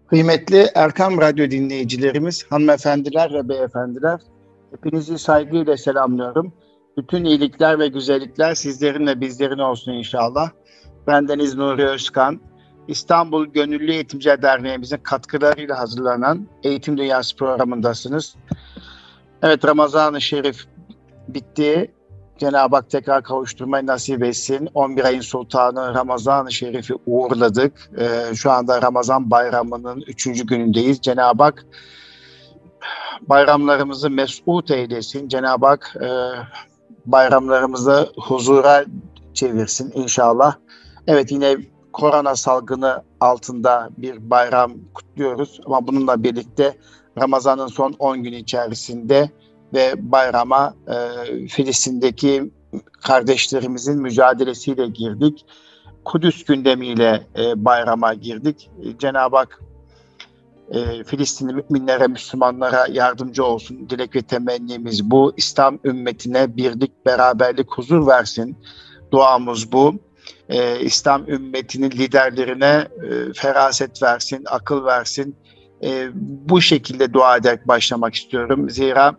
Kıymetli Erkam Radyo dinleyicilerimiz, hanımefendiler ve beyefendiler, hepinizi saygıyla selamlıyorum. Bütün iyilikler ve güzellikler sizlerin ve bizlerin olsun inşallah. Bendeniz Nuri Özkan, İstanbul Gönüllü Eğitimciler Derneğimizin katkılarıyla hazırlanan Eğitim Dünyası programındasınız. Evet, Ramazan-ı Şerif bitti. Cenab-ı Hak tekrar kavuşturmayı nasip etsin. 11 ayın sultanı Ramazan-ı Şerif'i uğurladık. Şu anda Ramazan bayramının 3. günündeyiz. Cenab-ı Hak bayramlarımızı mesut eylesin. Cenab-ı Hak bayramlarımızı huzura çevirsin inşallah. Evet, yine korona salgını altında bir bayram kutluyoruz. Ama bununla birlikte Ramazan'ın son 10 günü içerisinde ve bayrama Filistin'deki kardeşlerimizin mücadelesiyle girdik. Kudüs gündemiyle bayrama girdik. Cenab-ı Hak Filistinli müminlere, Müslümanlara yardımcı olsun. Dilek ve temennimiz bu. İslam ümmetine birlik, beraberlik, huzur versin. Duamız bu. İslam ümmetinin liderlerine feraset versin, akıl versin. Bu şekilde dua ederek başlamak istiyorum. Zira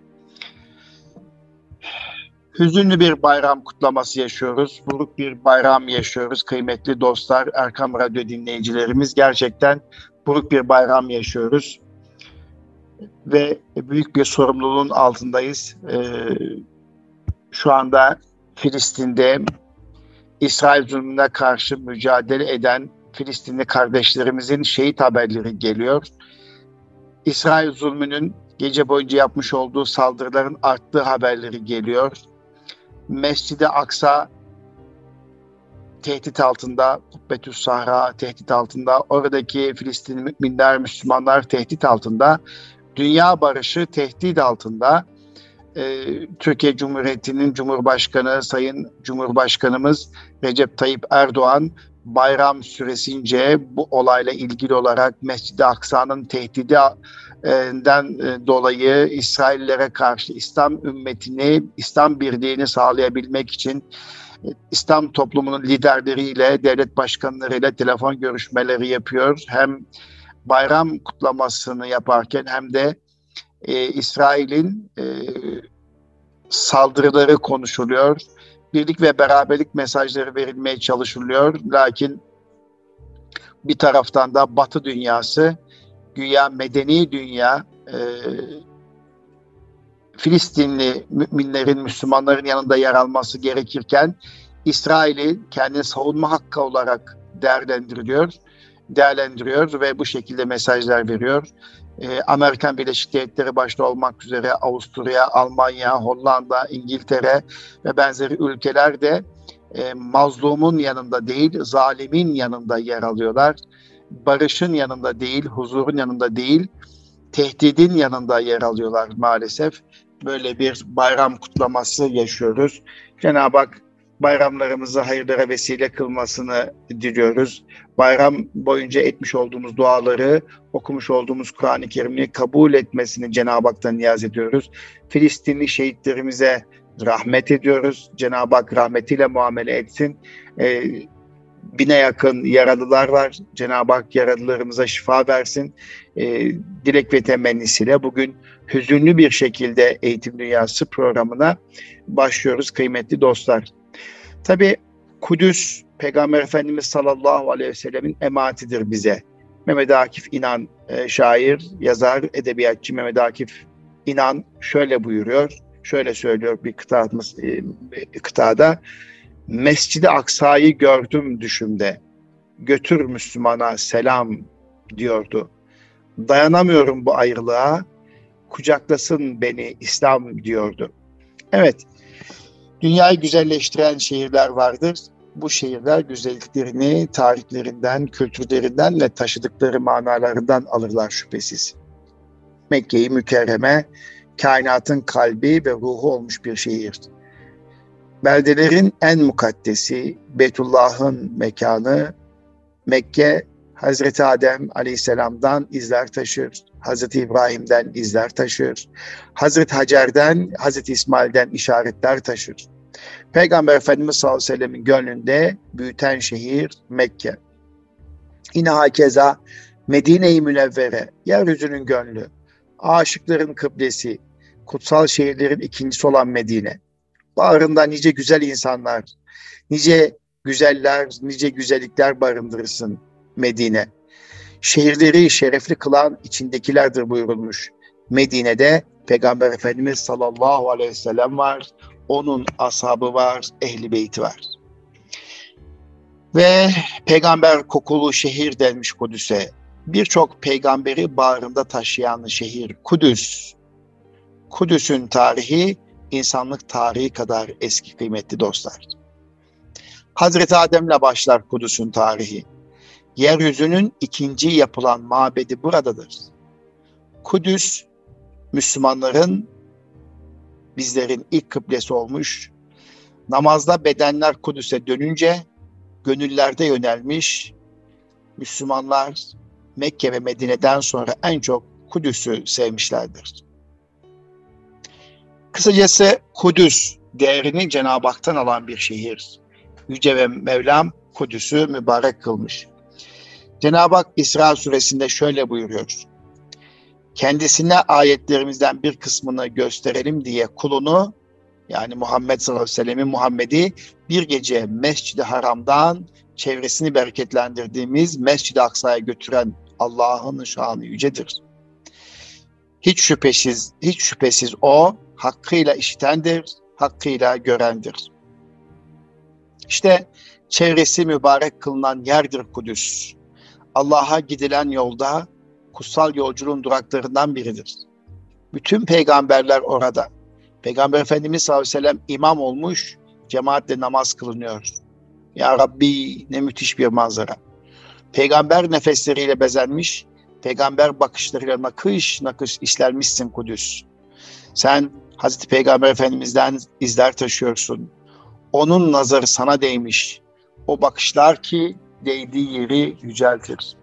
hüzünlü bir bayram kutlaması yaşıyoruz. Buruk bir bayram yaşıyoruz kıymetli dostlar, Erkam Radyo dinleyicilerimiz. Gerçekten buruk bir bayram yaşıyoruz. Ve büyük bir sorumluluğun altındayız. Şu anda Filistin'de İsrail zulmüne karşı mücadele eden Filistinli kardeşlerimizin şehit haberleri geliyor. İsrail zulmünün gece boyunca yapmış olduğu saldırıların arttığı haberleri geliyor. Mescid-i Aksa tehdit altında, Kubbetü's Sahra tehdit altında, oradaki Filistinli müminler, Müslümanlar tehdit altında, dünya barışı tehdit altında. Türkiye Cumhuriyeti'nin Cumhurbaşkanı, Sayın Cumhurbaşkanımız Recep Tayyip Erdoğan bayram süresince bu olayla ilgili olarak Mescid-i Aksa'nın tehdidinden dolayı İsraillere karşı İslam ümmetini, İslam birliğini sağlayabilmek için İslam toplumunun liderleriyle, devlet başkanlarıyla telefon görüşmeleri yapıyor. Hem bayram kutlamasını yaparken hem de İsrail'in saldırıları konuşuluyor. Birlik ve beraberlik mesajları verilmeye çalışılıyor. Lakin bir taraftan da Batı dünyası, güya medeni dünya, Filistinli müminlerin, Müslümanların yanında yer alması gerekirken İsrail'i kendini savunma hakkı olarak değerlendiriyor ve bu şekilde mesajlar veriyor. Amerikan Birleşik Devletleri başta olmak üzere Avusturya, Almanya, Hollanda, İngiltere ve benzeri ülkeler de mazlumun yanında değil, zalimin yanında yer alıyorlar. Barışın yanında değil, huzurun yanında değil, tehdidin yanında yer alıyorlar maalesef. Böyle bir bayram kutlaması yaşıyoruz. Cenab-ı Hak bayramlarımızı hayırlara vesile kılmasını diliyoruz. Bayram boyunca etmiş olduğumuz duaları, okumuş olduğumuz Kur'an-ı Kerim'i kabul etmesini Cenab-ı Hak'tan niyaz ediyoruz. Filistinli şehitlerimize rahmet ediyoruz. Cenab-ı Hak rahmetiyle muamele etsin. 1000'e yakın yaralılar var. Cenab-ı Hak yaralılarımıza şifa versin. Dilek ve temennisiyle bugün hüzünlü bir şekilde Eğitim Dünyası programına başlıyoruz kıymetli dostlar. Tabii Kudüs, Peygamber Efendimiz sallallahu aleyhi ve sellemin emanetidir bize. Mehmet Akif İnan, şair, yazar, edebiyatçı Mehmet Akif İnan şöyle buyuruyor, şöyle söylüyor bir kıtada. Mescid-i Aksa'yı gördüm düşümde, götür Müslümana selam diyordu. Dayanamıyorum bu ayrılığa, kucaklasın beni İslam diyordu. Evet, dünyayı güzelleştiren şehirler vardır. Bu şehirler güzelliklerini tarihlerinden, kültürlerinden ve taşıdıkları manalarından alırlar şüphesiz. Mekke-i Mükerreme, kainatın kalbi ve ruhu olmuş bir şehir. Beldelerin en mukaddesi, Beytullah'ın mekanı, Mekke, Hazreti Adem Aleyhisselam'dan izler taşır, Hazreti İbrahim'den izler taşır, Hazreti Hacer'den, Hazreti İsmail'den işaretler taşır. Peygamber Efendimiz sallallahu aleyhi ve sellemin gönlünde büyüten şehir Mekke. Yine hakeza Medine-i Münevvere, yeryüzünün gönlü, aşıkların kıblesi, kutsal şehirlerin ikincisi olan Medine. Bağrında nice güzel insanlar, nice güzeller, nice güzellikler barındırırsın Medine. Şehirleri şerefli kılan içindekilerdir buyurulmuş. Medine'de Peygamber Efendimiz sallallahu aleyhi ve sellem var, onun ashabı var, ehli beyti var. Ve peygamber kokulu şehir denmiş Kudüs'e. Birçok peygamberi bağrında taşıyan şehir Kudüs. Kudüs'ün tarihi insanlık tarihi kadar eski kıymetli dostlar. Hazreti Adem'le başlar Kudüs'ün tarihi. Yeryüzünün ikinci yapılan mabedi buradadır. Kudüs, Müslümanların, bizlerin ilk kıblesi olmuş. Namazda bedenler Kudüs'e dönünce, gönüllerde yönelmiş. Müslümanlar Mekke ve Medine'den sonra en çok Kudüs'ü sevmişlerdir. Kısacası Kudüs değerini Cenab-ı Hak'tan alan bir şehir. Yüce ve Mevlam Kudüs'ü mübarek kılmış. Cenab-ı Hak İsra suresinde şöyle buyuruyor. Kendisine ayetlerimizden bir kısmını gösterelim diye kulunu, yani Muhammed sallallahu aleyhi ve sellem'in Muhammed'i bir gece Mescid-i Haram'dan çevresini bereketlendirdiğimiz Mescid-i Aksa'ya götüren Allah'ın şanı yücedir. Hiç şüphesiz o hakkıyla işitendir, hakkıyla görendir. İşte çevresi mübarek kılınan yerdir Kudüs. Allah'a gidilen yolda kutsal yolculuğun duraklarından biridir. Bütün peygamberler orada. Peygamber Efendimiz sallallahu aleyhi ve sellem imam olmuş, cemaatle namaz kılınıyor. Ya Rabbi, ne müthiş bir manzara. Peygamber nefesleriyle bezenmiş, peygamber bakışlarıyla nakış nakış işlenmişsin Kudüs. Sen Hazreti Peygamber Efendimiz'den izler taşıyorsun. Onun nazarı sana değmiş. O bakışlar ki değdiği yeri yüceltir.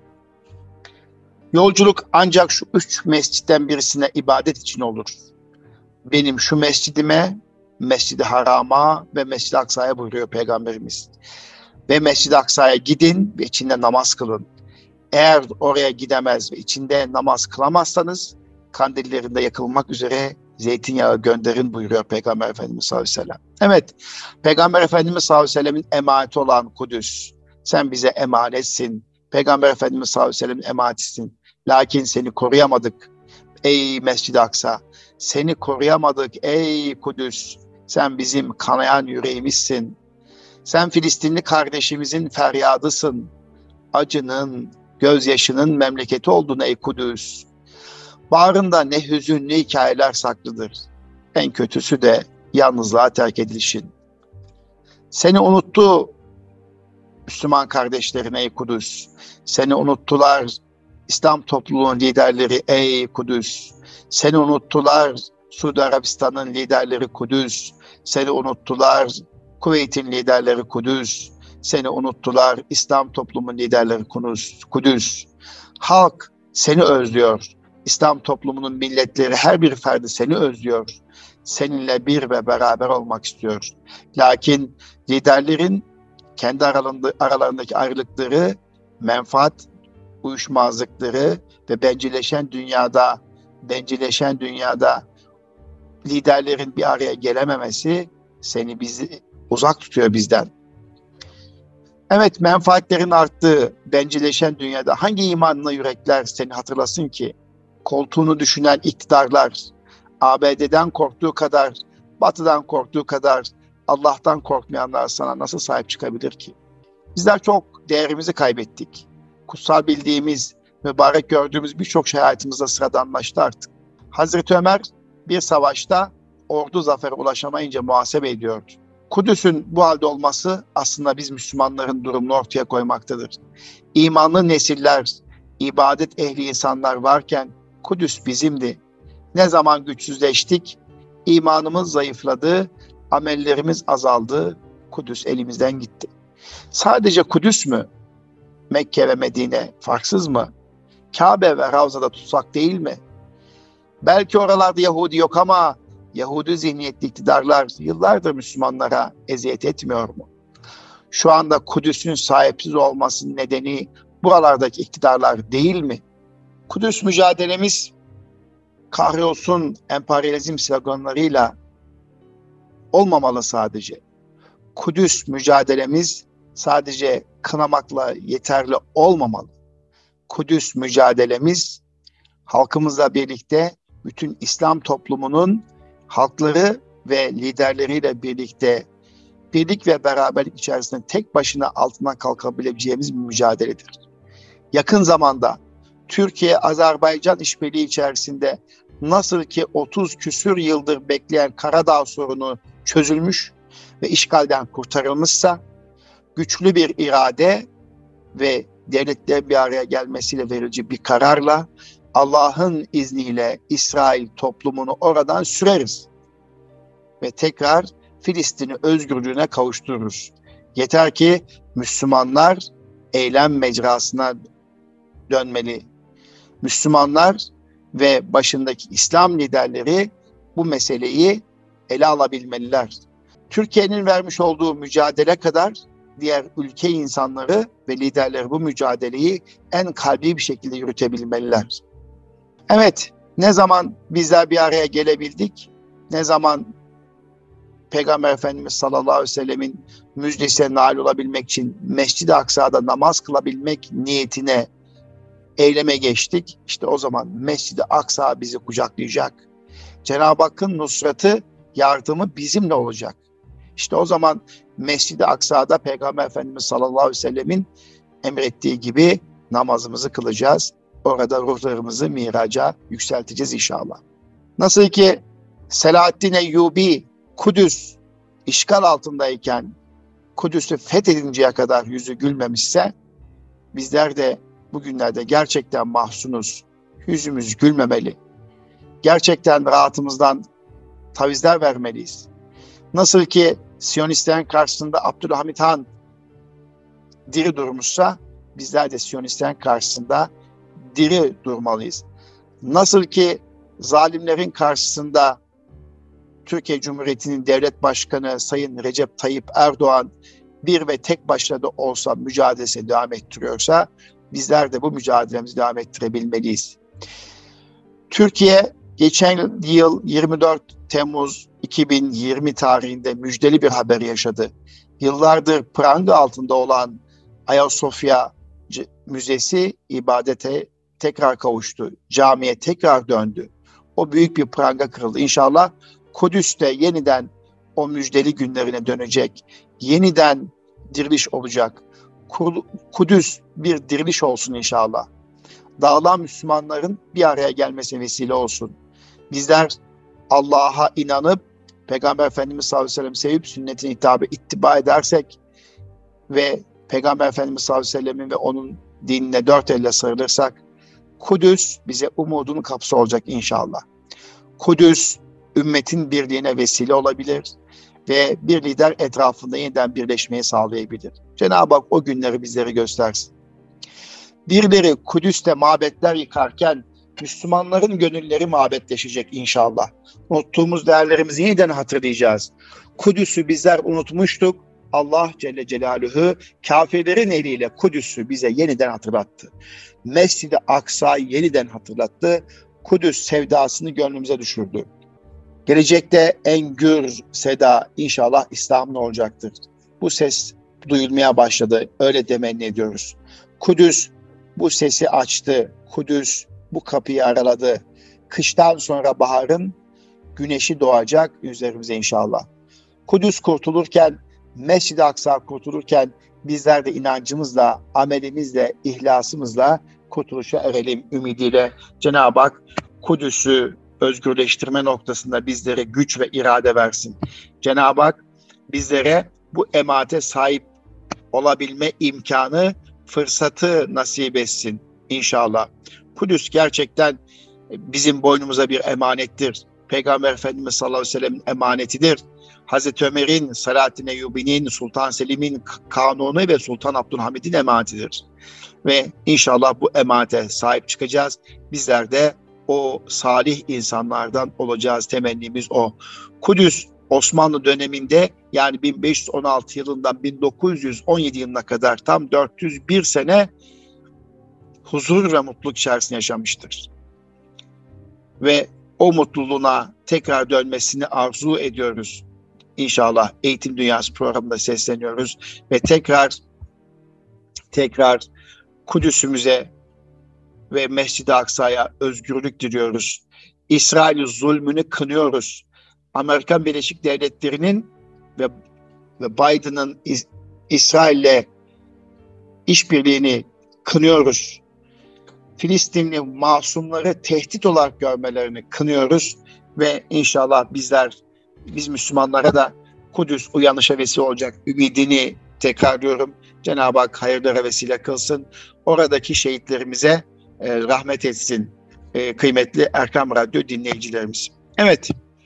Yolculuk ancak şu 3 mescitten birisine ibadet için olur. Benim şu mescidime, Mescid-i Haram'a ve Mescid-i Aksa'ya buyuruyor Peygamberimiz. Ve Mescid-i Aksa'ya gidin ve içinde namaz kılın. Eğer oraya gidemez ve içinde namaz kılamazsanız kandillerinde yakılmak üzere zeytinyağı gönderin buyuruyor Peygamber Efendimiz sallallahu aleyhi ve sellem. Evet, Peygamber Efendimiz sallallahu aleyhi ve sellemin emaneti olan Kudüs. Sen bize emanetsin. Peygamber Efendimiz sallallahu aleyhi ve sellemin emanetisin. Lakin seni koruyamadık. Ey Mescid-i Aksa, seni koruyamadık ey Kudüs. Sen bizim kanayan yüreğimizsin. Sen Filistinli kardeşimizin feryadısın. Acının, gözyaşının memleketi oldun ey Kudüs. Bağrında ne hüzünlü hikayeler saklıdır. En kötüsü de yalnızlığa terk edilişin. Seni unuttu Müslüman kardeşlerin ey Kudüs. Seni unuttular İslam topluluğunun liderleri ey Kudüs. Seni unuttular Suudi Arabistan'ın liderleri Kudüs. Seni unuttular Kuveyt'in liderleri Kudüs. Seni unuttular İslam toplumunun liderleri Kudüs. Halk seni özlüyor. İslam toplumunun milletleri her bir ferdi seni özlüyor. Seninle bir ve beraber olmak istiyor. Lakin liderlerin kendi aralarındaki ayrılıkları, menfaat uyuşmazlıkları ve bencilleşen dünyada liderlerin bir araya gelememesi bizi uzak tutuyor bizden. Evet, menfaatlerin arttığı bencilleşen dünyada hangi imanlı yürekler seni hatırlasın ki? Koltuğunu düşünen iktidarlar ABD'den korktuğu kadar, Batı'dan korktuğu kadar Allah'tan korkmayanlar sana nasıl sahip çıkabilir ki? Bizler çok değerimizi kaybettik. Kutsal bildiğimiz, mübarek gördüğümüz birçok şey hayatımızda sıradanlaştı artık. Hazreti Ömer bir savaşta ordu zafere ulaşamayınca muhasebe ediyor. Kudüs'ün bu halde olması aslında biz Müslümanların durumunu ortaya koymaktadır. İmanlı nesiller, ibadet ehli insanlar varken Kudüs bizimdi. Ne zaman güçsüzleştik, imanımız zayıfladı, amellerimiz azaldı, Kudüs elimizden gitti. Sadece Kudüs mü? Mekke ve Medine farksız mı? Kabe ve Ravza'da tutsak değil mi? Belki oralarda Yahudi yok ama Yahudi zihniyetli iktidarlar yıllardır Müslümanlara eziyet etmiyor mu? Şu anda Kudüs'ün sahipsiz olmasının nedeni buralardaki iktidarlar değil mi? Kudüs mücadelemiz kahrolsun emperyalizm sloganlarıyla olmamalı sadece. Kudüs mücadelemiz sadece kınamakla yeterli olmamalı. Kudüs mücadelemiz halkımızla birlikte bütün İslam toplumunun halkları ve liderleriyle birlikte birlik ve beraberlik içerisinde tek başına altından kalkabileceğimiz bir mücadeledir. Yakın zamanda Türkiye-Azerbaycan işbirliği içerisinde nasıl ki 30 küsür yıldır bekleyen Karadağ sorunu çözülmüş ve işgalden kurtarılmışsa, güçlü bir irade ve devletlerin bir araya gelmesiyle verici bir kararla Allah'ın izniyle İsrail toplumunu oradan süreriz ve tekrar Filistin'i özgürlüğüne kavuştururuz. Yeter ki Müslümanlar eylem mecrasına dönmeli. Müslümanlar ve başındaki İslam liderleri bu meseleyi ele alabilmeliler. Türkiye'nin vermiş olduğu mücadele kadar diğer ülke insanları ve liderleri bu mücadeleyi en kalbi bir şekilde yürütebilmeliler. Evet, ne zaman bizler bir araya gelebildik, ne zaman Peygamber Efendimiz sallallahu aleyhi ve sellemin müjdesine nail olabilmek için Mescid-i Aksa'da namaz kılabilmek niyetine eyleme geçtik. İşte o zaman Mescid-i Aksa bizi kucaklayacak. Cenab-ı Hakk'ın nusratı, yardımı bizimle olacak. İşte o zaman Mescid-i Aksa'da Peygamber Efendimiz sallallahu aleyhi ve sellemin emrettiği gibi namazımızı kılacağız. Orada ruhlarımızı miraca yükselteceğiz inşallah. Nasıl ki Selahaddin Eyyubi Kudüs işgal altındayken Kudüs'ü fethedinceye kadar yüzü gülmemişse, bizler de bugünlerde gerçekten mahzunuz. Yüzümüz gülmemeli. Gerçekten rahatımızdan tavizler vermeliyiz. Nasıl ki Siyonistlerin karşısında Abdülhamit Han diri durmuşsa, bizler de Siyonistlerin karşısında diri durmalıyız. Nasıl ki zalimlerin karşısında Türkiye Cumhuriyeti'nin devlet başkanı Sayın Recep Tayyip Erdoğan bir ve tek başına da olsa mücadelesine devam ettiriyorsa, bizler de bu mücadelemizi devam ettirebilmeliyiz. Türkiye geçen yıl 24 Temmuz 2020 tarihinde müjdeli bir haber yaşadı. Yıllardır pranga altında olan Ayasofya Müzesi ibadete tekrar kavuştu. Camiye tekrar döndü. O büyük bir pranga kırıldı. İnşallah Kudüs'te yeniden o müjdeli günlerine dönecek. Yeniden diriliş olacak. Kudüs bir diriliş olsun inşallah. Dağılan Müslümanların bir araya gelmesine vesile olsun. Bizler Allah'a inanıp Peygamber Efendimiz sallallahu aleyhi ve sellem sevip sünnetine hitabı ittiba edersek ve Peygamber Efendimiz sallallahu aleyhi ve sellemin ve onun dinine dört elle sarılırsak, Kudüs bize umudun kapısı olacak inşallah. Kudüs ümmetin birliğine vesile olabilir ve bir lider etrafında yeniden birleşmeyi sağlayabilir. Cenab-ı Hak o günleri bizlere göstersin. Birileri Kudüs'te mabetler yıkarken Müslümanların gönülleri mabetleşecek inşallah. Unuttuğumuz değerlerimizi yeniden hatırlayacağız. Kudüs'ü bizler unutmuştuk. Allah Celle Celaluhu kafirlerin eliyle Kudüs'ü bize yeniden hatırlattı. Mescid-i Aksa'yı yeniden hatırlattı. Kudüs sevdasını gönlümüze düşürdü. Gelecekte en gür seda inşallah İslam'ın olacaktır. Bu ses duyulmaya başladı. Öyle temenni ediyoruz. Kudüs bu sesi açtı. Kudüs bu kapıyı araladı. Kıştan sonra baharın güneşi doğacak üzerimize inşallah. Kudüs kurtulurken, Mescid-i Aksa kurtulurken bizler de inancımızla, amelimizle, ihlasımızla kurtuluşa erelim ümidiyle. Cenab-ı Hak Kudüs'ü özgürleştirme noktasında bizlere güç ve irade versin. Cenab-ı Hak bizlere bu emanete sahip olabilme imkanı, fırsatı nasip etsin inşallah. Kudüs gerçekten bizim boynumuza bir emanettir. Peygamber Efendimiz sallallahu aleyhi ve sellem'in emanetidir. Hazreti Ömer'in, Selahaddin Eyyubi'nin, Sultan Selim'in, Kanuni ve Sultan Abdülhamid'in emanetidir. Ve inşallah bu emanete sahip çıkacağız. Bizler de o salih insanlardan olacağız. Temennimiz o. Kudüs Osmanlı döneminde, yani 1516 yılından 1917 yılına kadar tam 401 sene huzur ve mutluluk içerisinde yaşamıştır. Ve o mutluluğuna tekrar dönmesini arzu ediyoruz. İnşallah Eğitim Dünyası programında sesleniyoruz ve tekrar Kudüs'ümüze ve Mescid-i Aksa'ya özgürlük diliyoruz. İsrail zulmünü kınıyoruz. Amerika Birleşik Devletleri'nin ve Biden'ın İsrail'le işbirliğini kınıyoruz. Filistinli masumları tehdit olarak görmelerini kınıyoruz ve inşallah biz Müslümanlara da Kudüs uyanışa vesile olacak ümidini tekrarlıyorum. Cenab-ı Hak hayırlara vesile kılsın. Oradaki şehitlerimize rahmet etsin kıymetli Erkam Radyo dinleyicilerimiz. Evet.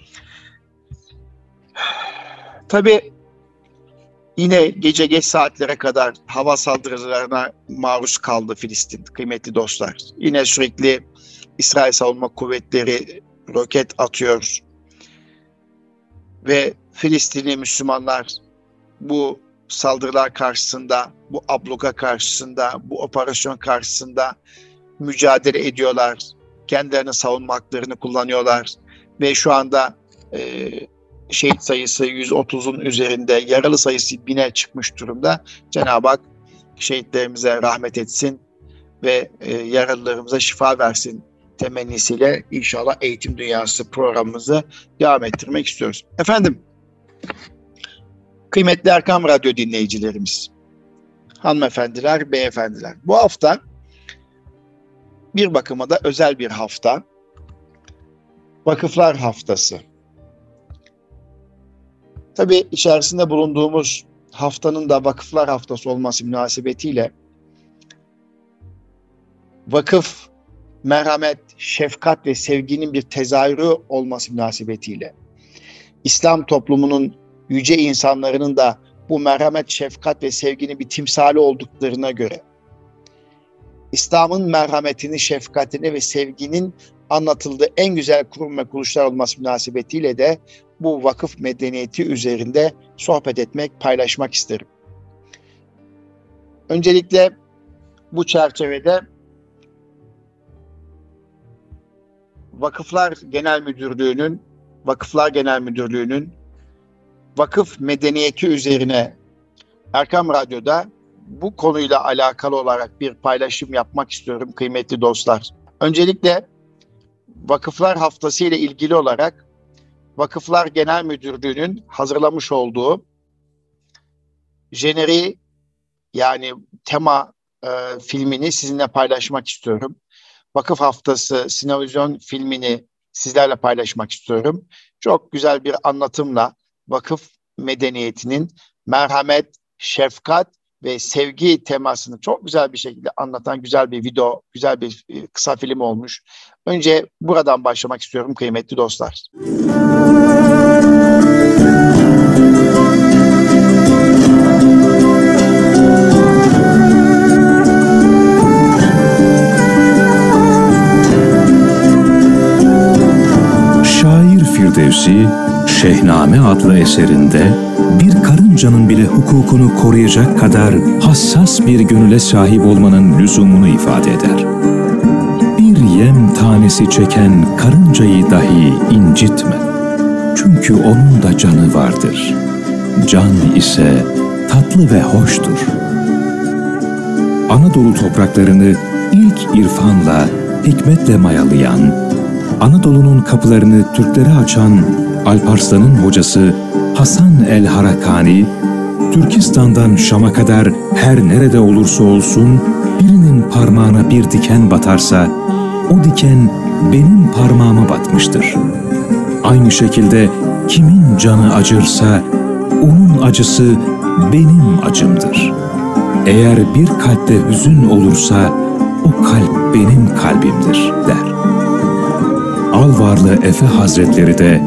Tabii yine gece geç saatlere kadar hava saldırılarına maruz kaldı Filistin kıymetli dostlar. Yine sürekli İsrail Savunma Kuvvetleri roket atıyor. Ve Filistinli Müslümanlar bu saldırılar karşısında, bu abluka karşısında, bu operasyon karşısında mücadele ediyorlar. Kendilerini savunma haklarını kullanıyorlar. Ve şu anda şehit sayısı 130'un üzerinde, yaralı sayısı 1000'e çıkmış durumda. Cenab-ı Hak şehitlerimize rahmet etsin ve yaralılarımıza şifa versin temennisiyle inşallah Eğitim Dünyası programımızı devam ettirmek istiyoruz. Efendim, kıymetli Erkam Radyo dinleyicilerimiz, hanımefendiler, beyefendiler, bu hafta bir bakıma da özel bir hafta. Vakıflar Haftası. Tabii içerisinde bulunduğumuz haftanın da Vakıflar Haftası olması münasebetiyle vakıf, merhamet, şefkat ve sevginin bir tezahürü olması münasebetiyle İslam toplumunun yüce insanlarının da bu merhamet, şefkat ve sevginin bir timsali olduklarına göre İslam'ın merhametini, şefkatini ve sevginin anlatıldığı en güzel kurum ve kuruluşlar olması münasebetiyle de bu vakıf medeniyeti üzerinde sohbet etmek, paylaşmak isterim. Öncelikle bu çerçevede Vakıflar Genel Müdürlüğü'nün vakıf medeniyeti üzerine Erkam Radyo'da bu konuyla alakalı olarak bir paylaşım yapmak istiyorum kıymetli dostlar. Öncelikle Vakıflar Haftası ile ilgili olarak Vakıflar Genel Müdürlüğü'nün hazırlamış olduğu jeneriği yani tema filmini sizinle paylaşmak istiyorum. Vakıf Haftası Sinevizyon filmini sizlerle paylaşmak istiyorum. Çok güzel bir anlatımla vakıf medeniyetinin merhamet, şefkat ve sevgi temasını çok güzel bir şekilde anlatan güzel bir video, güzel bir kısa film olmuş. Önce buradan başlamak istiyorum kıymetli dostlar. Firdevsi, Şehname adlı eserinde bir karıncanın bile hukukunu koruyacak kadar hassas bir gönüle sahip olmanın lüzumunu ifade eder. Bir yem tanesi çeken karıncayı dahi incitme. Çünkü onun da canı vardır. Can ise tatlı ve hoştur. Anadolu topraklarını ilk irfanla, hikmetle mayalayan, Anadolu'nun kapılarını Türklere açan Alparslan'ın hocası Hasan el-Harakani, Türkistan'dan Şam'a kadar her nerede olursa olsun birinin parmağına bir diken batarsa o diken benim parmağıma batmıştır. Aynı şekilde kimin canı acırsa onun acısı benim acımdır. Eğer bir kalpte hüzün olursa o kalp benim kalbimdir der. Alvarlı Efe Hazretleri de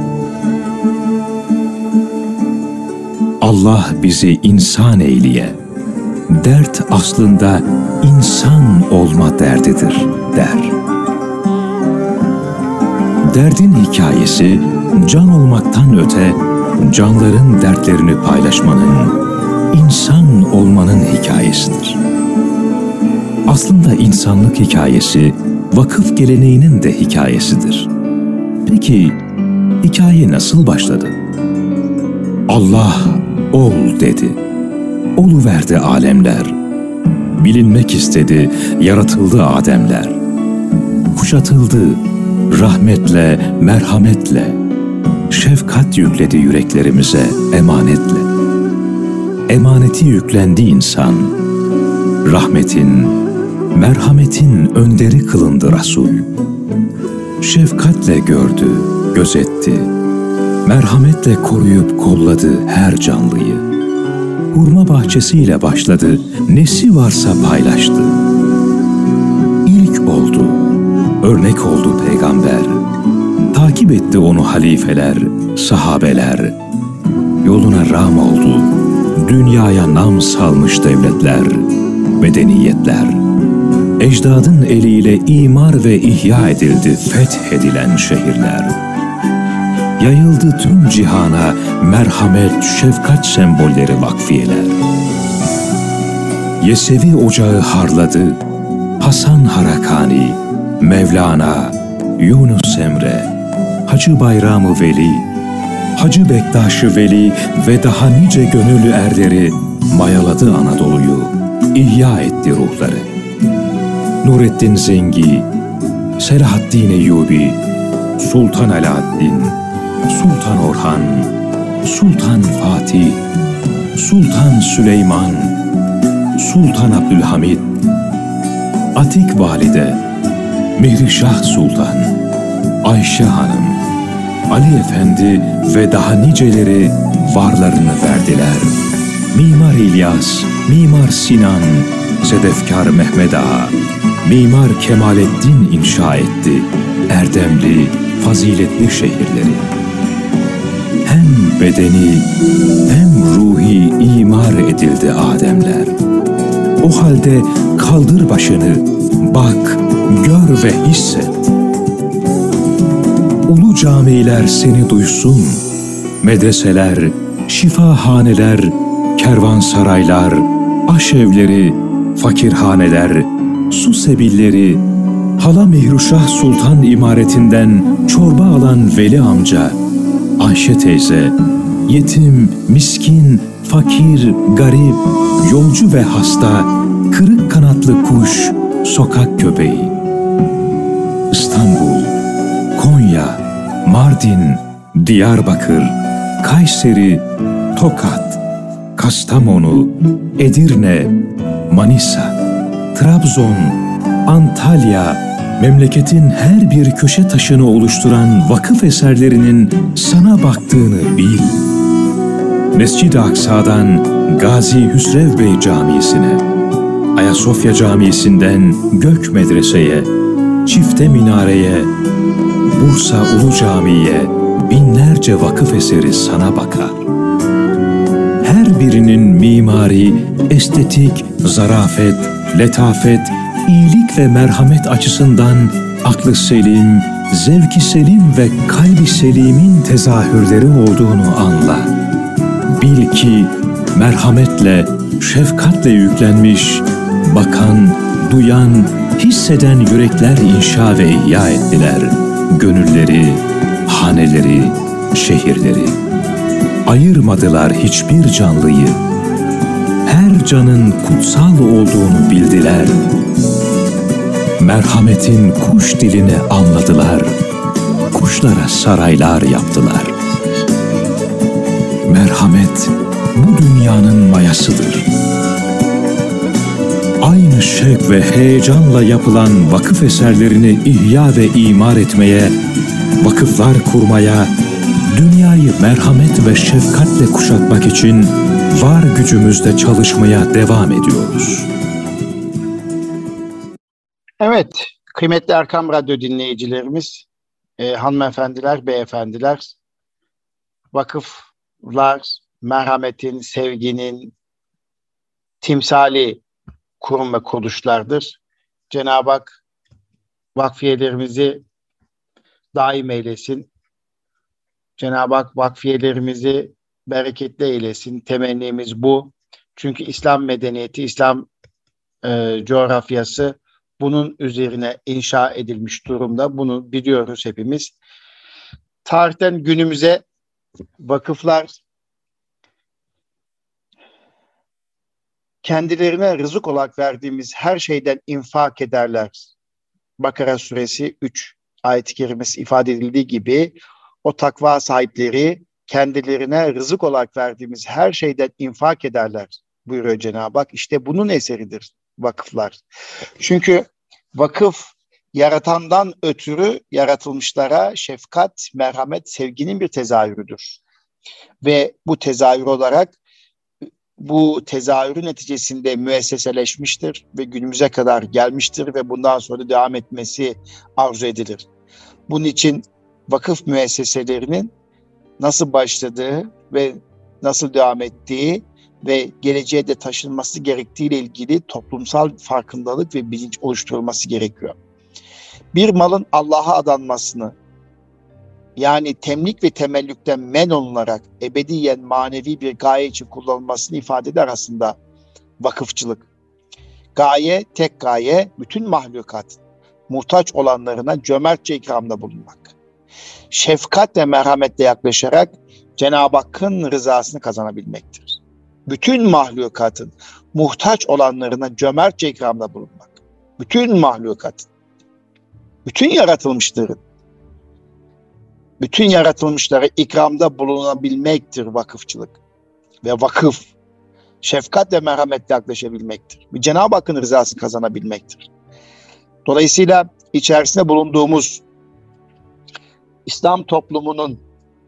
Allah bizi insan eyleye, dert aslında insan olma derdidir der. Derdin hikayesi can olmaktan öte canların dertlerini paylaşmanın, insan olmanın hikayesidir. Aslında insanlık hikayesi, vakıf geleneğinin de hikayesidir. Peki, hikaye nasıl başladı? Allah ol dedi. Oluverdi alemler. Bilinmek istedi, yaratıldı Ademler. Kuşatıldı rahmetle, merhametle. Şefkat yükledi yüreklerimize emanetle. Emaneti yüklendi insan. Rahmetin, merhametin önderi kılındı Resul. Şefkatle gördü, gözetti. Merhametle koruyup kolladı her canlıyı. Hurma bahçesiyle başladı, nesi varsa paylaştı. İlk oldu, örnek oldu peygamber. Takip etti onu halifeler, sahabeler. Yoluna rağm oldu, dünyaya nam salmış devletler, medeniyetler. Ecdadın eliyle imar ve ihya edildi fethedilen şehirler. Yayıldı tüm cihana merhamet, şefkat sembolleri vakfiyeler. Yesevi ocağı harladı, Hasan Harakani, Mevlana, Yunus Emre, Hacı Bayram-ı Veli, Hacı Bektaş-ı Veli ve daha nice gönüllü erleri mayaladı Anadolu'yu, ihya etti ruhları. Nurettin Zengi, Selahaddin Eyyubi, Sultan Alaaddin, Sultan Orhan, Sultan Fatih, Sultan Süleyman, Sultan Abdülhamid, Atik Valide, Mihrişah Sultan, Ayşe Hanım, Ali Efendi ve daha niceleri varlarını verdiler. Mimar İlyas, Mimar Sinan, Sedefkar Mehmet Ağa, Mimar Kemalettin inşa etti erdemli, faziletli şehirleri. Hem bedeni hem ruhi imar edildi Ademler. O halde kaldır başını, bak, gör ve hisset. Ulu camiler seni duysun, medreseler, şifahaneler, kervansaraylar, aşevleri, fakirhaneler, su sebilleri, Hala Mihruşah Sultan imaretinden çorba alan Veli amca, Ayşe teyze, yetim, miskin, fakir, garip, yolcu ve hasta, kırık kanatlı kuş, sokak köpeği. İstanbul, Konya, Mardin, Diyarbakır, Kayseri, Tokat, Kastamonu, Edirne, Manisa, Trabzon, Antalya, memleketin her bir köşe taşını oluşturan vakıf eserlerinin sana baktığını bil. Mescid-i Aksa'dan Gazi Hüsrev Bey Camii'sine, Ayasofya Camii'sinden Gök Medrese'ye, Çifte Minare'ye, Bursa Ulu Camii'ye binlerce vakıf eseri sana bakar. Her birinin mimari, estetik, zarafet, letafet, iyilik ve merhamet açısından aklı selim, zevki selim ve kalbi selimin tezahürleri olduğunu anla. Bil ki merhametle, şefkatle yüklenmiş, bakan, duyan, hisseden yürekler inşa ve ihya ettiler. Gönülleri, haneleri, şehirleri. Ayırmadılar hiçbir canlıyı. Her canın kutsal olduğunu bildiler. Merhametin kuş dilini anladılar. Kuşlara saraylar yaptılar. Merhamet bu dünyanın mayasıdır. Aynı şevk ve heyecanla yapılan vakıf eserlerini ihya ve imar etmeye, vakıflar kurmaya, dünyayı merhamet ve şefkatle kuşatmak için var gücümüzle çalışmaya devam ediyoruz. Evet, kıymetli Erkam Radyo dinleyicilerimiz, hanımefendiler, beyefendiler, vakıflar merhametin, sevginin timsali kurum ve kuruluşlardır. Cenab-ı Hak vakfiyelerimizi daim eylesin. Cenab-ı Hak vakfiyelerimizi bereketli eylesin. Temennimiz bu. Çünkü İslam medeniyeti, İslam coğrafyası bunun üzerine inşa edilmiş durumda. Bunu biliyoruz hepimiz. Tarihten günümüze vakıflar kendilerine rızık olarak verdiğimiz her şeyden infak ederler. Bakara suresi 3 ayet-i kerimesi ifade edildiği gibi o takva sahipleri kendilerine rızık olarak verdiğimiz her şeyden infak ederler buyuruyor Cenab-ı Hak. İşte bunun eseridir vakıflar. Çünkü vakıf yaratandan ötürü yaratılmışlara şefkat, merhamet, sevginin bir tezahürüdür. Ve bu tezahür olarak bu tezahürün neticesinde müesseseleşmiştir ve günümüze kadar gelmiştir ve bundan sonra da devam etmesi arzu edilir. Bunun için vakıf müesseselerinin nasıl başladığı ve nasıl devam ettiği ve geleceğe de taşınması gerektiğiyle ilgili toplumsal farkındalık ve bilinç oluşturulması gerekiyor. Bir malın Allah'a adanmasını, yani temlik ve temellükten men olunarak ebediyen manevi bir gaye için kullanılmasını ifade eder aslında vakıfçılık. Gaye, tek gaye, bütün mahlukat, muhtaç olanlarına cömertçe ikramda bulunmak. Şefkat ve merhametle yaklaşarak Cenab-ı Hakk'ın rızasını kazanabilmektir. Bütün mahlukatın muhtaç olanlarına cömertçe ikramda bulunmak. Bütün mahlukatın, bütün yaratılmışların, bütün yaratılmışlara ikramda bulunabilmektir vakıfçılık. Ve vakıf, şefkat ve merhametle yaklaşabilmektir. Cenab-ı Hakk'ın rızasını kazanabilmektir. Dolayısıyla içerisinde bulunduğumuz İslam toplumunun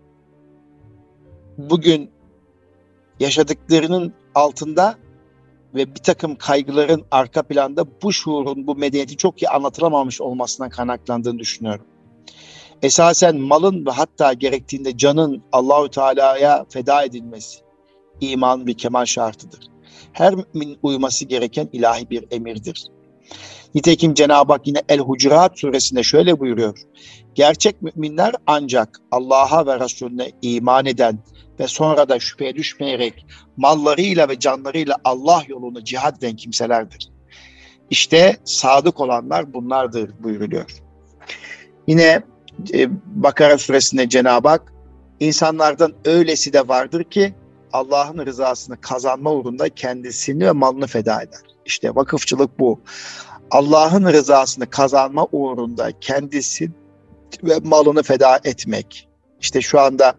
bugün yaşadıklarının altında ve bir takım kaygıların arka planda bu şuurun, bu medeniyeti çok iyi anlatılamamış olmasından kaynaklandığını düşünüyorum. Esasen malın ve hatta gerektiğinde canın Allahu Teala'ya feda edilmesi imanın bir kemal şartıdır. Her mümin uyması gereken ilahi bir emirdir. Nitekim Cenab-ı Hak yine El-Hucurat suresinde şöyle buyuruyor. Gerçek müminler ancak Allah'a ve Resulüne iman eden ve sonra da şüpheye düşmeyerek mallarıyla ve canlarıyla Allah yolunu cihad eden kimselerdir. İşte sadık olanlar bunlardır buyuruluyor. Yine Bakara suresinde Cenab-ı Hak insanlardan öylesi de vardır ki Allah'ın rızasını kazanma uğrunda kendisini ve malını feda eder. İşte vakıfçılık bu. Allah'ın rızasını kazanma uğrunda kendisi ve malını feda etmek. İşte şu anda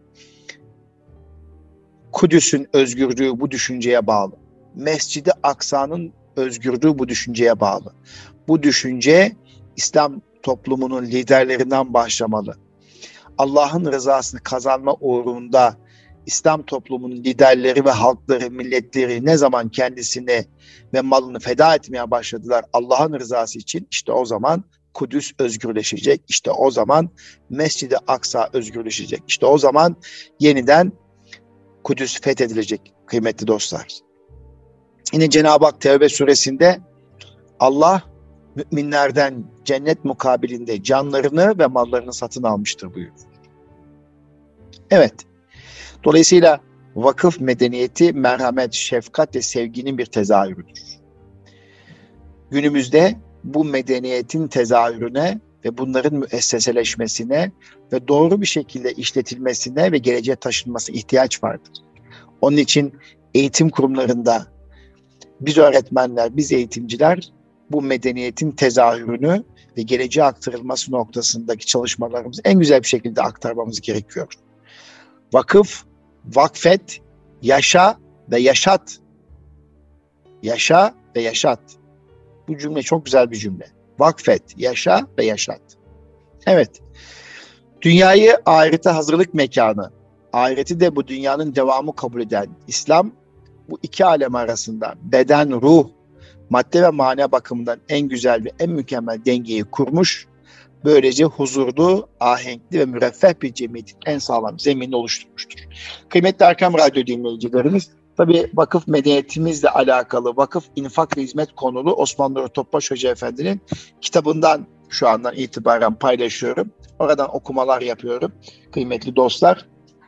Kudüs'ün özgürlüğü bu düşünceye bağlı. Mescid-i Aksa'nın özgürlüğü bu düşünceye bağlı. Bu düşünce İslam toplumunun liderlerinden başlamalı. Allah'ın rızasını kazanma uğrunda İslam toplumunun liderleri ve halkları, milletleri ne zaman kendisini ve malını feda etmeye başladılar Allah'ın rızası için, işte o zaman Kudüs özgürleşecek. İşte o zaman Mescid-i Aksa özgürleşecek. İşte o zaman yeniden Kudüs fethedilecek kıymetli dostlar. Yine Cenab-ı Hak Tevbe suresinde Allah müminlerden cennet mukabilinde canlarını ve mallarını satın almıştır buyuruyor. Evet. Dolayısıyla vakıf medeniyeti merhamet, şefkat ve sevginin bir tezahürüdür. Günümüzde bu medeniyetin tezahürüne ve bunların müesseseleşmesine ve doğru bir şekilde işletilmesine ve geleceğe taşınması ihtiyaç vardır. Onun için eğitim kurumlarında biz öğretmenler, biz eğitimciler bu medeniyetin tezahürünü ve geleceğe aktarılması noktasındaki çalışmalarımızı en güzel bir şekilde aktarmamız gerekiyor. Vakıf, vakfet, yaşa ve yaşat. Yaşa ve yaşat. Bu cümle çok güzel bir cümle. Vakfet, yaşa ve yaşat. Evet. Dünyayı ahirete hazırlık mekanı, ahireti de bu dünyanın devamı kabul eden İslam, bu iki alem arasında beden, ruh, madde ve mana bakımından en güzel ve en mükemmel dengeyi kurmuş, böylece huzurlu, ahenkli ve müreffeh bir cemiyetin en sağlam zeminini oluşturmuştur. Kıymetli Erkam Radyo dinleyicilerimiz, tabii vakıf medeniyetimizle alakalı vakıf infak ve hizmet konulu Osman Nuri Topbaş Hoca Efendi'nin kitabından şu andan itibaren paylaşıyorum. Oradan okumalar yapıyorum kıymetli dostlar.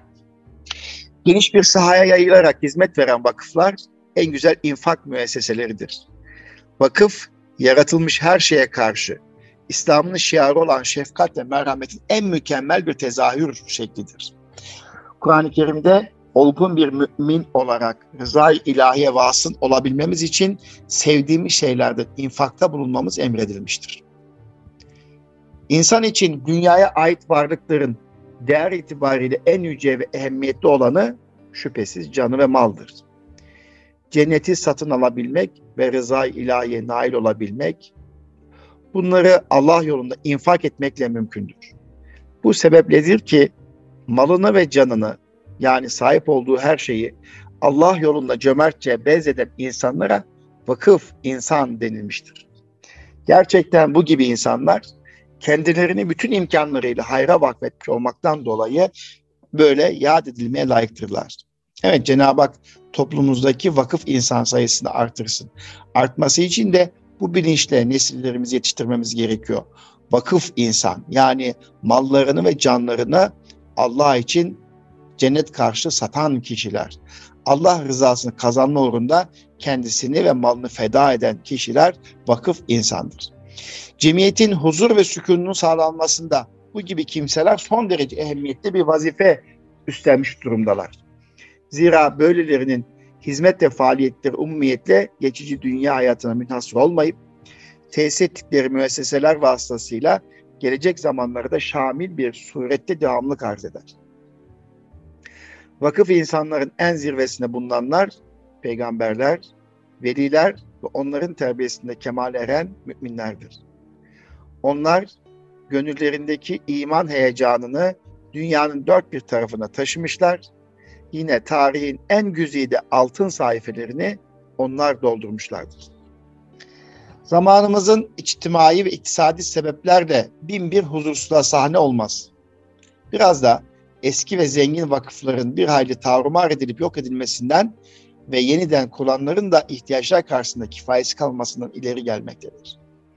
Geniş bir sahaya yayılarak hizmet veren vakıflar en güzel infak müesseseleridir. Vakıf, yaratılmış her şeye karşı İslam'ın şiarı olan şefkat ve merhametin en mükemmel bir tezahür şeklidir. Kur'an-ı Kerim'de olgun bir mümin olarak rıza-i ilahiye vasıl olabilmemiz için sevdiğimiz şeylerden infakta bulunmamız emredilmiştir. İnsan için dünyaya ait varlıkların değer itibariyle en yüce ve ehemmiyetli olanı şüphesiz canı ve maldır. Cenneti satın alabilmek ve rıza-i ilahiye nail olabilmek, bunları Allah yolunda infak etmekle mümkündür. Bu sebepledir ki malını ve canını, yani sahip olduğu her şeyi Allah yolunda cömertçe bezeden insanlara vakıf insan denilmiştir. Gerçekten bu gibi insanlar kendilerini bütün imkanlarıyla hayra vakfetmiş olmaktan dolayı böyle yad edilmeye layıktırlar. Evet, Cenab-ı Hak toplumumuzdaki vakıf insan sayısını artırsın. Artması için de bu bilinçle nesillerimizi yetiştirmemiz gerekiyor. Vakıf insan, yani mallarını ve canlarını Allah için cennet karşı satan kişiler, Allah rızasını kazanma uğrunda kendisini ve malını feda eden kişiler vakıf insandır. Cemiyetin huzur ve sükununun sağlanmasında bu gibi kimseler son derece ehemmiyetli bir vazife üstlenmiş durumdalar. Zira böylelerinin hizmet ve faaliyetleri umumiyetle geçici dünya hayatına münhasır olmayıp tesis ettikleri müesseseler vasıtasıyla gelecek zamanlarda şamil bir surette devamlılık arz eder. Vakıf insanların en zirvesinde bulunanlar peygamberler, veliler ve onların terbiyesinde kemale eren müminlerdir. Onlar gönüllerindeki iman heyecanını dünyanın dört bir tarafına taşımışlar. Yine tarihin en güzide altın sayfelerini onlar doldurmuşlardır. Zamanımızın içtimai ve iktisadi sebeplerle bin bir huzursuzluğa sahne olmaz. Biraz da eski ve zengin vakıfların bir hayli tarumar edilip yok edilmesinden ve yeniden kurulanların da ihtiyaçlar karşısında kifayetsiz kalmasından ileri gelmektedir.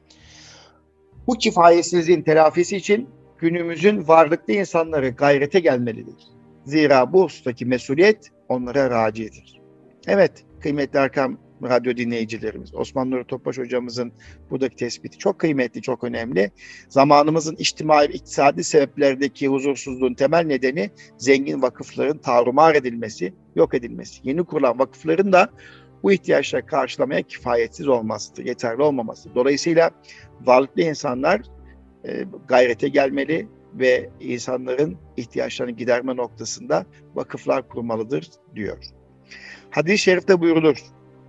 Bu kifayetsizliğin telafisi için günümüzün varlıklı insanları gayrete gelmelidir. Zira bu husustaki mesuliyet onlara racidir. Evet, kıymetli Erkam Radyo dinleyicilerimiz, Osman Nuri Topbaş hocamızın buradaki tespiti çok kıymetli, çok önemli. Zamanımızın içtimai ve iktisadi sebeplerdeki huzursuzluğun temel nedeni zengin vakıfların tarumar edilmesi, yok edilmesi. Yeni kurulan vakıfların da bu ihtiyaçları karşılamaya kifayetsiz olmasıdır, yeterli olmaması. Dolayısıyla varlıklı insanlar gayrete gelmeli ve insanların ihtiyaçlarını giderme noktasında vakıflar kurmalıdır diyor. Hadis-i şerifte buyurulur.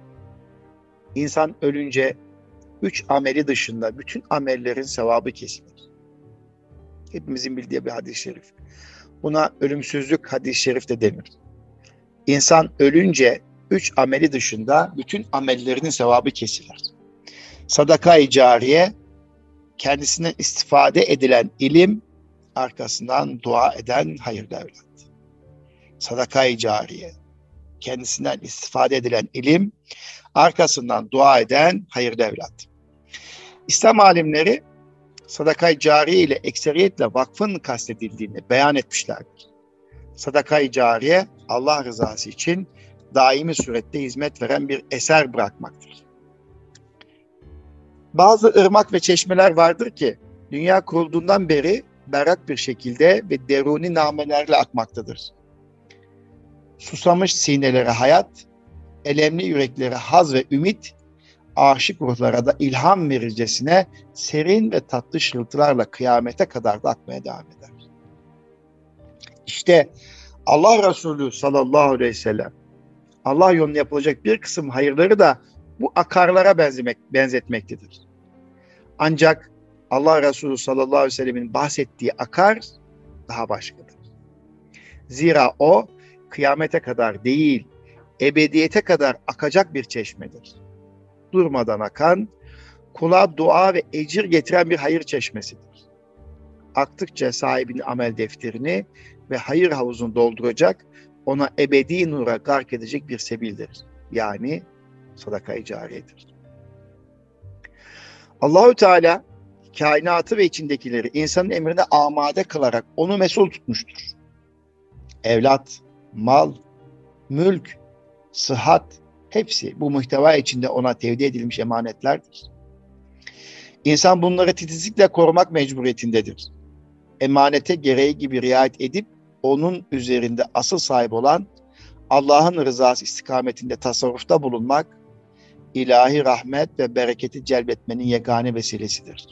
İnsan ölünce 3 ameli dışında bütün amellerin sevabı kesilir. Hepimizin bildiği bir hadis-i şerif. Buna ölümsüzlük hadis-i şerif de denir. İnsan ölünce 3 ameli dışında bütün amellerinin sevabı kesilir. Sadaka-i cariye, kendisinden istifade edilen ilim, arkasından dua eden hayırlı evlat. Sadaka-i cariye, kendisinden istifade edilen ilim, arkasından dua eden hayırlı evlat. İslam alimleri sadaka-i cariye ile ekseriyetle vakfın kastedildiğini beyan etmişlerdir. Sadaka-i cariye Allah rızası için daimi surette hizmet veren bir eser bırakmaktır. Bazı ırmak ve çeşmeler vardır ki dünya kurulduğundan beri berrak bir şekilde ve deruni namelerle akmaktadır. Susamış sinelere hayat, elemli yüreklere haz ve ümit, aşık ruhlara da ilham verircesine serin ve tatlı şırıltılarla kıyamete kadar da akmaya devam eder. İşte Allah Resulü sallallahu aleyhi ve sellem Allah yolunda yapılacak bir kısım hayırları da bu akarlara benzetmektedir. Ancak Allah Resulü sallallahu aleyhi ve sellemin bahsettiği akar daha başkadır. Zira o kıyamete kadar değil, ebediyete kadar akacak bir çeşmedir. Durmadan akan, kula dua ve ecir getiren bir hayır çeşmesidir. Aktıkça sahibinin amel defterini ve hayır havuzunu dolduracak, ona ebedi nura gark edecek bir sebildir. Yani sadaka-i cariyedir. Allahü Teala kainatı ve içindekileri insanın emrine amade kılarak onu mesul tutmuştur. Evlat, mal, mülk, sıhhat, Hepsi bu muhteva içinde ona tevdi edilmiş emanetlerdir. İnsan bunları titizlikle korumak mecburiyetindedir. Emanete gereği gibi riayet edip onun üzerinde asıl sahip olan Allah'ın rızası istikametinde tasarrufta bulunmak, ilahi rahmet ve bereketi celbetmenin yegane vesilesidir.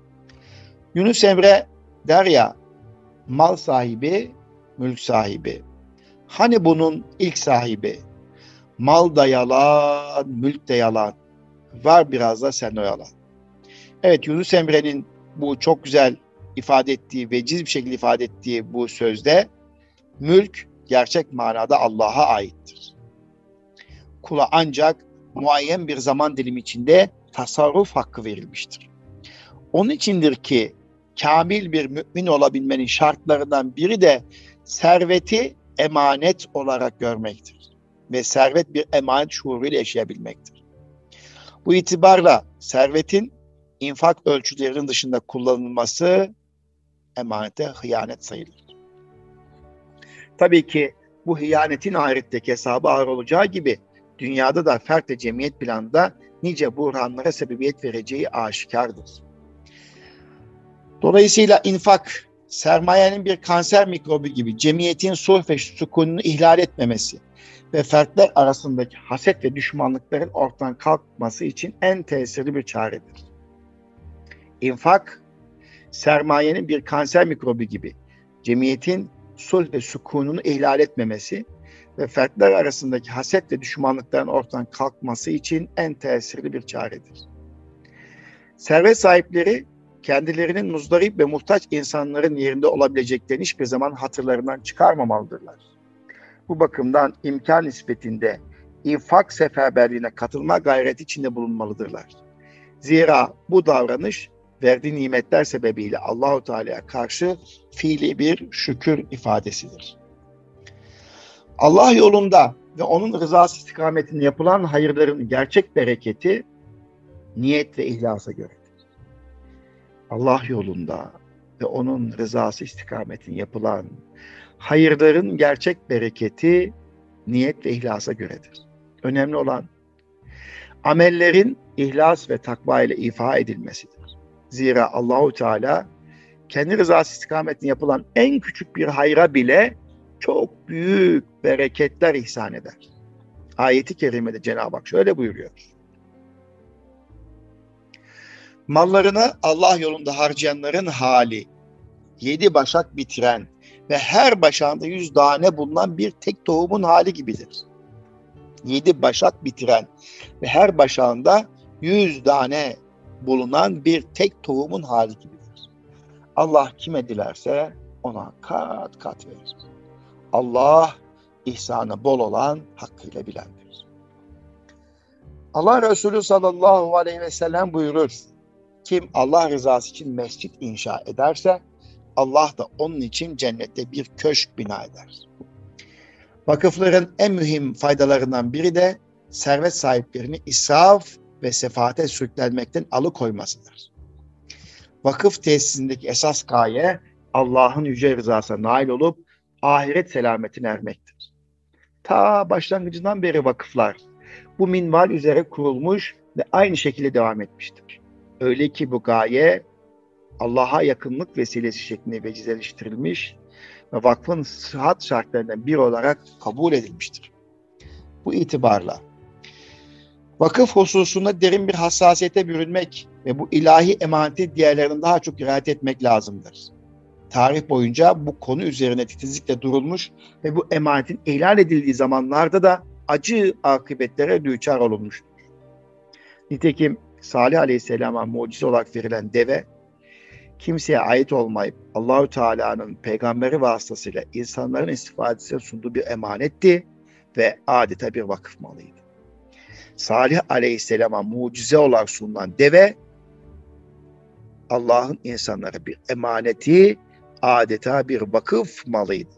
Yunus Emre der ya, mal sahibi, mülk sahibi. Hani bunun ilk sahibi? Mal da yalan, mülk de yalan. Var biraz da sen oyalan. Evet, Yunus Emre'nin bu çok güzel ifade ettiği, veciz bir şekilde ifade ettiği bu sözde mülk gerçek manada Allah'a aittir. Kula ancak muayyen bir zaman dilimi içinde tasarruf hakkı verilmiştir. Onun içindir ki kamil bir mümin olabilmenin şartlarından biri de serveti emanet olarak görmektir. Ve servet bir emanet şuuruyla yaşayabilmektir. Bu itibarla servetin infak ölçülerinin dışında kullanılması emanete hıyanet sayılır. Tabii ki bu hıyanetin ahiretteki hesabı ağır olacağı gibi dünyada da fert ve cemiyet planında nice buhranlara sebebiyet vereceği aşikardır. Dolayısıyla infak, sermayenin bir kanser mikrobu gibi cemiyetin sulh ve sükununu ihlal etmemesi ve fertler arasındaki haset ve düşmanlıkların ortadan kalkması için en tesirli bir çaredir. İnfak, sermayenin bir kanser mikrobu gibi cemiyetin sulh ve sükununu ihlal etmemesi ve fertler arasındaki haset ve düşmanlıkların ortadan kalkması için en tesirli bir çaredir. Servet sahipleri kendilerinin muzdarip ve muhtaç insanların yerinde olabileceklerini hiçbir zaman hatırlarından çıkarmamalıdırlar. Bu bakımdan imkan nispetinde infak seferberliğine katılma gayreti içinde bulunmalıdırlar. Zira bu davranış verdiği nimetler sebebiyle Allahu Teala'ya karşı fiili bir şükür ifadesidir. Allah yolunda ve onun rızası istikametinde yapılan hayırların gerçek bereketi niyet ve ihlasa göredir. Allah yolunda ve onun rızası istikametinde yapılan hayırların gerçek bereketi niyet ve ihlasa göredir. Önemli olan amellerin ihlas ve takva ile ifa edilmesidir. Zira Allahu Teala kendi rızası istikametinde yapılan en küçük bir hayra bile çok büyük bereketler ihsan eder. Ayeti kerimede Cenab-ı Hak şöyle buyuruyor. Mallarını Allah yolunda harcayanların hali, 7 başak bitiren ve her başağında 100 tane bulunan bir tek tohumun hali gibidir. 7 başak bitiren ve her başağında 100 tane bulunan bir tek tohumun hali gibidir. Allah kime dilerse ona kat kat verir. Allah ihsanı bol olan hakkıyla bilendir. Allah Resulü sallallahu aleyhi ve sellem buyurur. Kim Allah rızası için mescit inşa ederse Allah da onun için cennette bir köşk bina eder. Vakıfların en mühim faydalarından biri de servet sahiplerini israf ve sefahate sürüklenmekten alıkoymasıdır. Vakıf tesisindeki esas gaye Allah'ın yüce rızasına nail olup ahiret selametine ermektir. Ta başlangıcından beri vakıflar bu minval üzere kurulmuş ve aynı şekilde devam etmiştir. Öyle ki bu gaye Allah'a yakınlık vesilesi şeklinde vecizeleştirilmiş ve vakfın sıhhat şartlarından biri olarak kabul edilmiştir. Bu itibarla vakıf hususunda derin bir hassasiyete bürünmek ve bu ilahi emaneti diğerlerinden daha çok riayet etmek lazımdır. Tarih boyunca bu konu üzerine titizlikle durulmuş ve bu emanetin ihlal edildiği zamanlarda da acı akıbetlere düçar olunmuştur. Nitekim Salih Aleyhisselam'a mucize olarak verilen deve, kimseye ait olmayıp Allahü Teala'nın peygamberi vasıtasıyla insanların istifadesine sunduğu bir emanetti ve adeta bir vakıf malıydı. Salih Aleyhisselam'a mucize olarak sunulan deve, Allah'ın insanlara bir emaneti, adeta bir vakıf malıydı.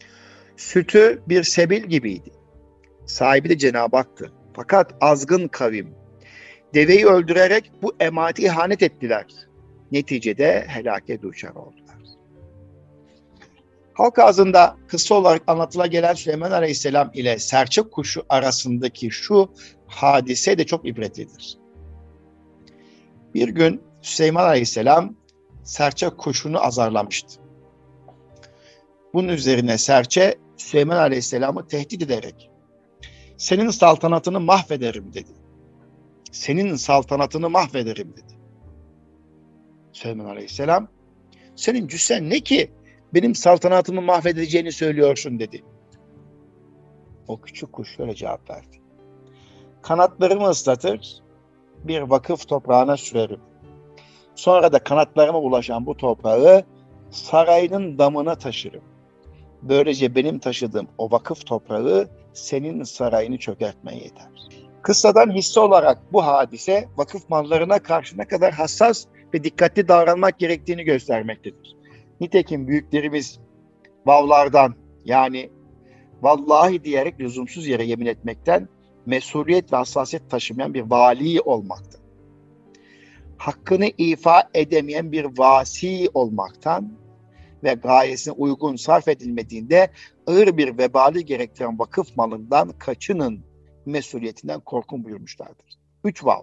Sütü bir sebil gibiydi. Sahibi de Cenab-ı Hak'tı. Fakat azgın kavim deveyi öldürerek bu emaneti ihanet ettiler. Neticede helake düçar oldular. Halk ağzında kısa olarak anlatıla gelen Süleyman Aleyhisselam ile serçe kuşu arasındaki şu hadise de çok ibretlidir. Bir gün Süleyman Aleyhisselam serçe kuşunu azarlamıştı. Bunun üzerine serçe Süleyman Aleyhisselam'ı tehdit ederek senin saltanatını mahvederim dedi. Senin saltanatını mahvederim dedi. Süleyman Aleyhisselam senin cüssen ne ki benim saltanatımı mahvedeceğini söylüyorsun dedi. O küçük kuş şöyle cevap verdi. Kanatlarımı ıslatır, bir vakıf toprağına sürerim. Sonra da kanatlarıma ulaşan bu toprağı sarayının damına taşırım. Böylece benim taşıdığım o vakıf toprağı senin sarayını çökertmeye yeter. Kıssadan hisse olarak bu hadise vakıf mallarına karşı ne kadar hassas ve dikkatli davranmak gerektiğini göstermektedir. Nitekim büyüklerimiz vavlardan yani vallahi diyerek lüzumsuz yere yemin etmekten mesuliyet ve hassasiyet taşımayan bir vali olmaktan, hakkını ifa edemeyen bir vasi olmaktan ve gayesine uygun sarf edilmediğinde ağır bir vebali gerektiren vakıf malından kaçının mesuliyetinden korkun buyurmuşlardır. 3 vav.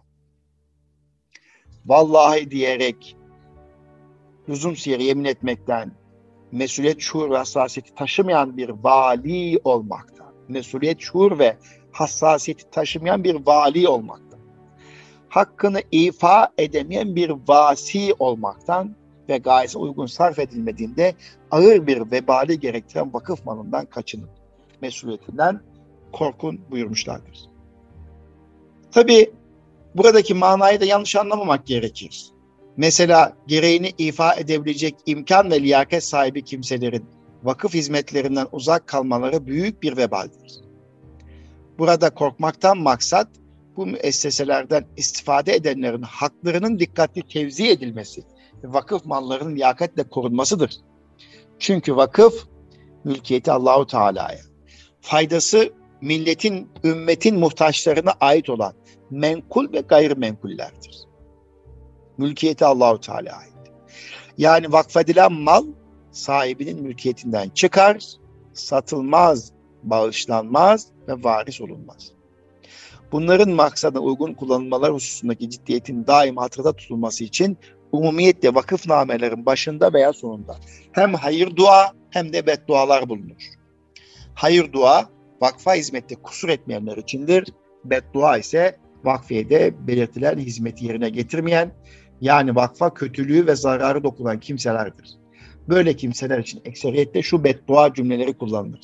Vallahi diyerek lüzumsuz yere yemin etmekten, mesuliyet, şuur ve hassasiyeti taşımayan bir vali olmaktan, mesuliyet, şuur ve hassasiyeti taşımayan bir vali olmaktan, hakkını ifa edemeyen bir vasi olmaktan ve gayesine uygun sarf edilmediğinde ağır bir vebali gerektiren vakıf malından kaçının, mesuliyetinden korkun buyurmuşlardır. Tabi buradaki manayı da yanlış anlamamak gerekir. Mesela gereğini ifa edebilecek imkan ve liyakat sahibi kimselerin vakıf hizmetlerinden uzak kalmaları büyük bir vebaldir. Burada korkmaktan maksat bu müesseselerden istifade edenlerin haklarının dikkatli tevzi edilmesi ve vakıf mallarının liyakatle korunmasıdır. Çünkü vakıf mülkiyeti Allahu Teala'ya, faydası milletin, ümmetin muhtaçlarına ait olan menkul ve gayrimenkullerdir. Mülkiyeti Allahu Teala'ya ait. Yani vakfedilen mal sahibinin mülkiyetinden çıkar, satılmaz, bağışlanmaz ve varis olunmaz. Bunların maksada uygun kullanılmalar hususundaki ciddiyetin daima hatırda tutulması için umumiyetle vakıfnamelerin başında veya sonunda hem hayır dua hem de beddualar bulunur. Hayır dua vakfa hizmette kusur etmeyenler içindir. Beddua ise vakfiyede belirtilen hizmeti yerine getirmeyen, yani vakfa kötülüğü ve zararı dokunan kimselerdir. Böyle kimseler için ekseriyette şu beddua cümleleri kullanılır.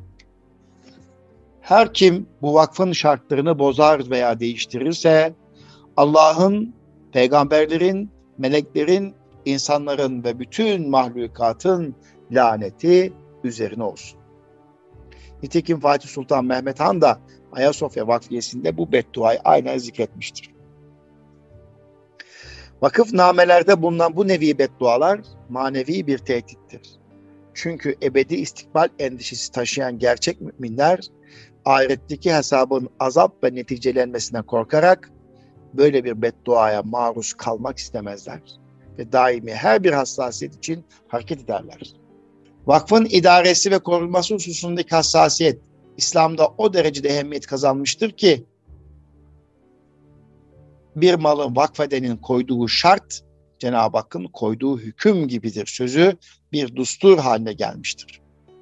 Her kim bu vakfın şartlarını bozar veya değiştirirse Allah'ın, peygamberlerin, meleklerin, insanların ve bütün mahlukatın laneti üzerine olsun. Nitekim Fatih Sultan Mehmet Han da Ayasofya Vakfiyesi'nde bu bedduayı aynen zikretmiştir. Vakıfnamelerde bulunan bu nevi beddualar manevi bir tehdittir. Çünkü ebedi istikbal endişesi taşıyan gerçek müminler ahiretteki hesabın azap ve neticelenmesinden korkarak böyle bir bedduaya maruz kalmak istemezler ve daimi her bir hassasiyet için hareket ederler. Vakfın idaresi ve korunması hususundaki hassasiyet İslam'da o derecede ehemmiyet kazanmıştır ki bir malın vakfedenin koyduğu şart Cenab-ı Hakk'ın koyduğu hüküm gibidir sözü bir düstur haline gelmiştir.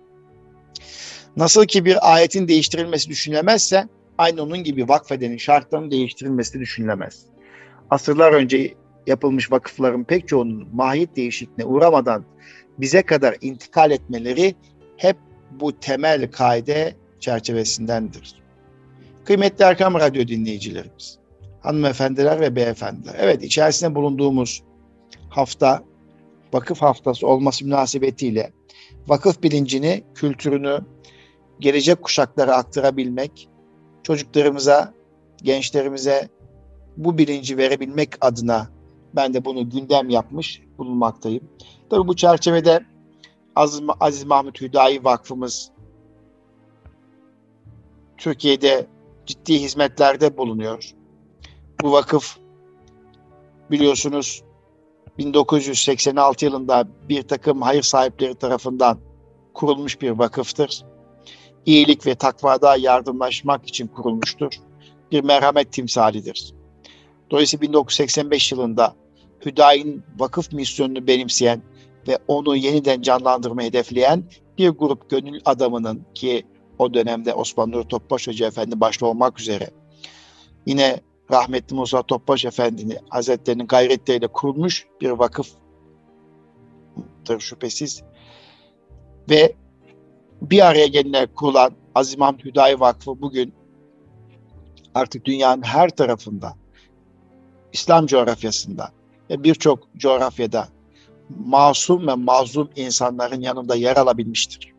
Nasıl ki bir ayetin değiştirilmesi düşünülemezse aynı onun gibi vakfedenin şartlarının değiştirilmesi düşünülemez. Asırlar önce yapılmış vakıfların pek çoğunun mahiyet değişikliğine uğramadan bize kadar intikal etmeleri hep bu temel kaide çerçevesindendir. Kıymetli Erkam Radyo dinleyicilerimiz, hanımefendiler ve beyefendiler, evet içerisinde bulunduğumuz hafta vakıf haftası olması münasebetiyle vakıf bilincini, kültürünü gelecek kuşaklara aktarabilmek, çocuklarımıza, gençlerimize bu bilinci verebilmek adına ben de bunu gündem yapmış bulunmaktayım. Tabii bu çerçevede Aziz Mahmut Hüdayi Vakfımız Türkiye'de ciddi hizmetlerde bulunuyor. Bu vakıf biliyorsunuz 1986 yılında bir takım hayır sahipleri tarafından kurulmuş bir vakıftır. İyilik ve takvada yardımlaşmak için kurulmuştur. Bir merhamet timsalidir. Dolayısıyla 1985 yılında Hüdayi'nin vakıf misyonunu benimseyen ve onu yeniden canlandırmayı hedefleyen bir grup gönül adamının, ki o dönemde Osman Nuri Topbaş Hoca Efendi başta olmak üzere yine rahmetli Musa Topbaş Efendi Hazretleri'nin gayretleriyle kurulmuş bir vakıftır şüphesiz. Ve bir araya gelerek kurulan Aziz Mahmut Hüdayi Vakfı bugün artık dünyanın her tarafında, İslam coğrafyasında ve birçok coğrafyada masum ve mazlum insanların yanında yer alabilmiştir.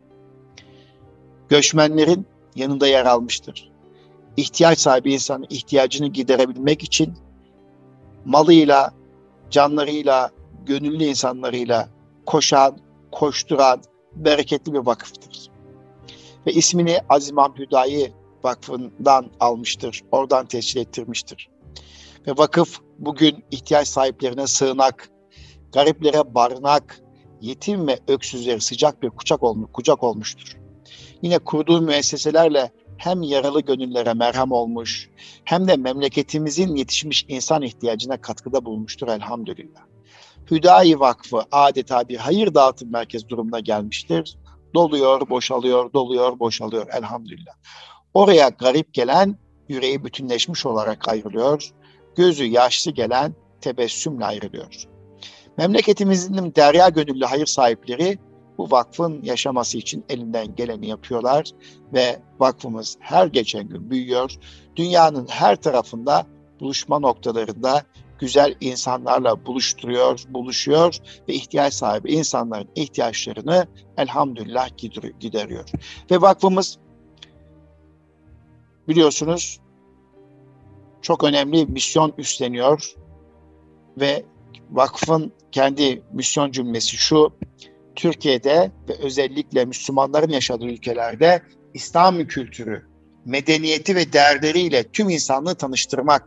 Göçmenlerin yanında yer almıştır. İhtiyaç sahibi insanın ihtiyacını giderebilmek için malıyla, canlarıyla, gönüllü insanlarıyla koşan, koşturan, bereketli bir vakıftır. Ve ismini Aziz Mahmut Hüdayi Vakfı'ndan almıştır, oradan tescil ettirmiştir. Ve vakıf bugün ihtiyaç sahiplerine sığınak, gariplere barınak, yetim ve öksüzlere sıcak bir kucak olmuştur. Yine kurduğu müesseselerle hem yaralı gönüllere merhem olmuş, hem de memleketimizin yetişmiş insan ihtiyacına katkıda bulunmuştur elhamdülillah. Hüdayi Vakfı adeta bir hayır dağıtım merkezi durumuna gelmiştir. Doluyor, boşalıyor, doluyor, boşalıyor elhamdülillah. Oraya garip gelen yüreği bütünleşmiş olarak ayrılıyor, gözü yaşlı gelen tebessümle ayrılıyor. Memleketimizin derya gönüllü hayır sahipleri bu vakfın yaşaması için elinden geleni yapıyorlar ve vakfımız her geçen gün büyüyor. Dünyanın her tarafında buluşma noktalarında güzel insanlarla buluşuyor ve ihtiyaç sahibi insanların ihtiyaçlarını elhamdülillah gideriyor. Ve vakfımız biliyorsunuz çok önemli misyon üstleniyor ve vakfın kendi misyon cümlesi şu: Türkiye'de ve özellikle Müslümanların yaşadığı ülkelerde İslam kültürü, medeniyeti ve değerleriyle tüm insanlığı tanıştırmak,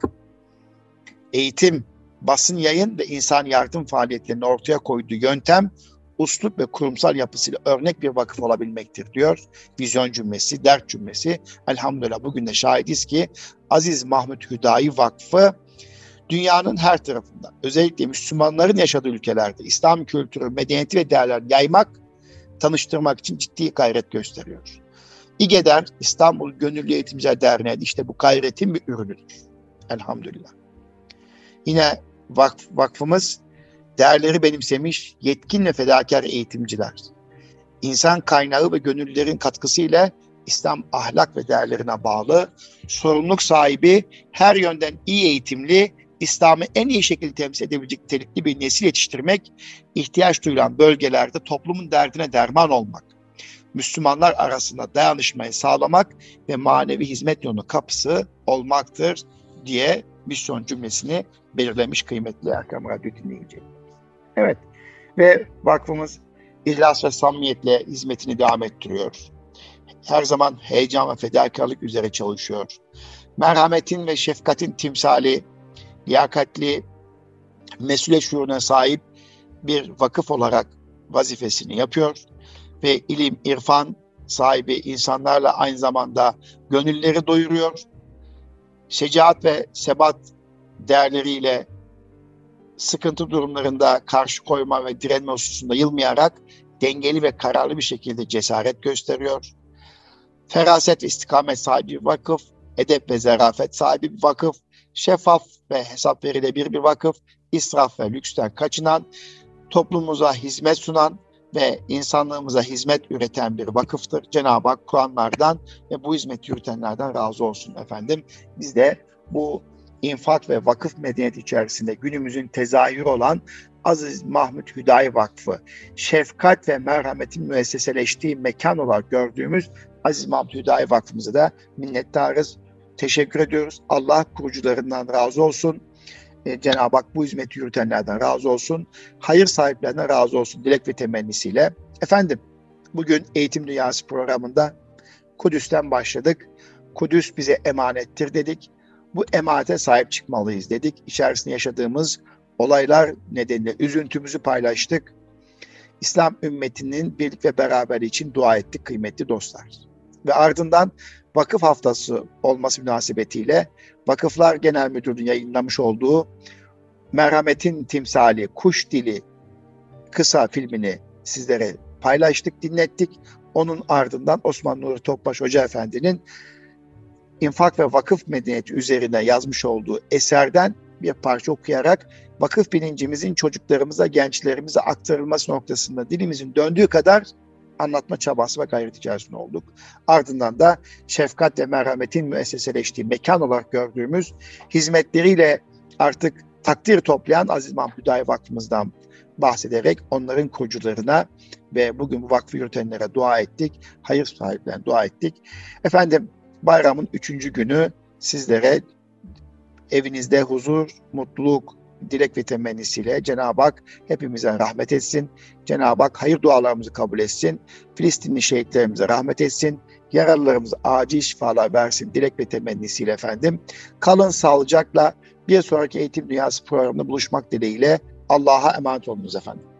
eğitim, basın yayın ve insan yardım faaliyetlerini ortaya koyduğu yöntem, uslup ve kurumsal yapısıyla örnek bir vakıf olabilmektir diyor. Vizyon cümlesi, dert cümlesi. Elhamdülillah bugün de şahidiz ki Aziz Mahmut Hüdayi Vakfı dünyanın her tarafında, özellikle Müslümanların yaşadığı ülkelerde İslam kültürü, medeniyeti ve değerlerini yaymak, tanıştırmak için ciddi gayret gösteriyor. İGEDER, İstanbul Gönüllü Eğitimciler Derneği işte bu gayretin bir ürünüdür. Elhamdülillah. Yine vakfımız değerleri benimsemiş yetkin ve fedakar eğitimciler. İnsan kaynağı ve gönüllülerin katkısıyla İslam ahlak ve değerlerine bağlı, sorumluluk sahibi, her yönden iyi eğitimli, İslam'ı en iyi şekilde temsil edebilecek nitelikli bir nesil yetiştirmek, ihtiyaç duyulan bölgelerde toplumun derdine derman olmak, Müslümanlar arasında dayanışmayı sağlamak ve manevi hizmet yolunun kapısı olmaktır diye misyon cümlesini belirlemiş kıymetli Erkam Radyo dinleyicileri. Evet, ve vakfımız ihlas ve samimiyetle hizmetini devam ettiriyor. Her zaman heyecan ve fedakarlık üzere çalışıyor. Merhametin ve şefkatin timsali, liyakatli, mesuliyet şuuruna sahip bir vakıf olarak vazifesini yapıyor ve ilim, irfan sahibi insanlarla aynı zamanda gönülleri doyuruyor. Şecaat ve sebat değerleriyle sıkıntı durumlarında karşı koyma ve direnme hususunda yılmayarak dengeli ve kararlı bir şekilde cesaret gösteriyor. Feraset ve istikamet sahibi bir vakıf, edep ve zarafet sahibi bir vakıf, şeffaf ve hesap verilebilir bir vakıf, israf ve lüksten kaçınan, toplumumuza hizmet sunan ve insanlığımıza hizmet üreten bir vakıftır. Cenab-ı Hak Kur'anlardan ve bu hizmeti yürütenlerden razı olsun efendim. Biz de bu infak ve vakıf medeniyeti içerisinde günümüzün tezahürü olan Aziz Mahmut Hüdayi Vakfı, şefkat ve merhametin müesseseleştiği mekan olarak gördüğümüz Aziz Mahmut Hüdayi Vakfımıza da minnettarız. Teşekkür ediyoruz. Allah kurucularından razı olsun. Cenab-ı Hak bu hizmeti yürütenlerden razı olsun. Hayır sahiplerinden razı olsun dilek ve temennisiyle. Efendim, bugün Eğitim Dünyası programında Kudüs'ten başladık. Kudüs bize emanettir dedik. Bu emanete sahip çıkmalıyız dedik. İçerisinde yaşadığımız olaylar nedeniyle üzüntümüzü paylaştık. İslam ümmetinin birlik ve beraberliği için dua ettik kıymetli dostlar. Ve ardından vakıf haftası olması münasebetiyle Vakıflar Genel Müdürlüğü'nün yayınlamış olduğu Merhametin Timsali Kuş Dili kısa filmini sizlere paylaştık, dinlettik. Onun ardından Osman Nuri Topbaş Hoca Efendi'nin infak ve vakıf medeniyeti üzerine yazmış olduğu eserden bir parça okuyarak vakıf bilincimizin çocuklarımıza, gençlerimize aktarılması noktasında dilimizin döndüğü kadar anlatma çabası ve gayret içerisinde olduk. Ardından da şefkat ve merhametin müesseseleştiği mekan olarak gördüğümüz hizmetleriyle artık takdir toplayan Aziz Mahmud Hüdayi Vakfımızdan bahsederek onların kurucularına ve bugün bu vakfı yürütenlere dua ettik. Hayır sahiplerine dua ettik. Efendim, bayramın 3. günü sizlere evinizde huzur, mutluluk, dilek ve temennisiyle Cenab-ı Hak hepimize rahmet etsin. Cenab-ı Hak hayır dualarımızı kabul etsin. Filistinli şehitlerimize rahmet etsin. Yaralılarımıza acil şifalar versin. Dilek ve temennisiyle efendim. Kalın sağlıcakla bir sonraki Eğitim Dünyası programında buluşmak dileğiyle Allah'a emanet olunuz efendim.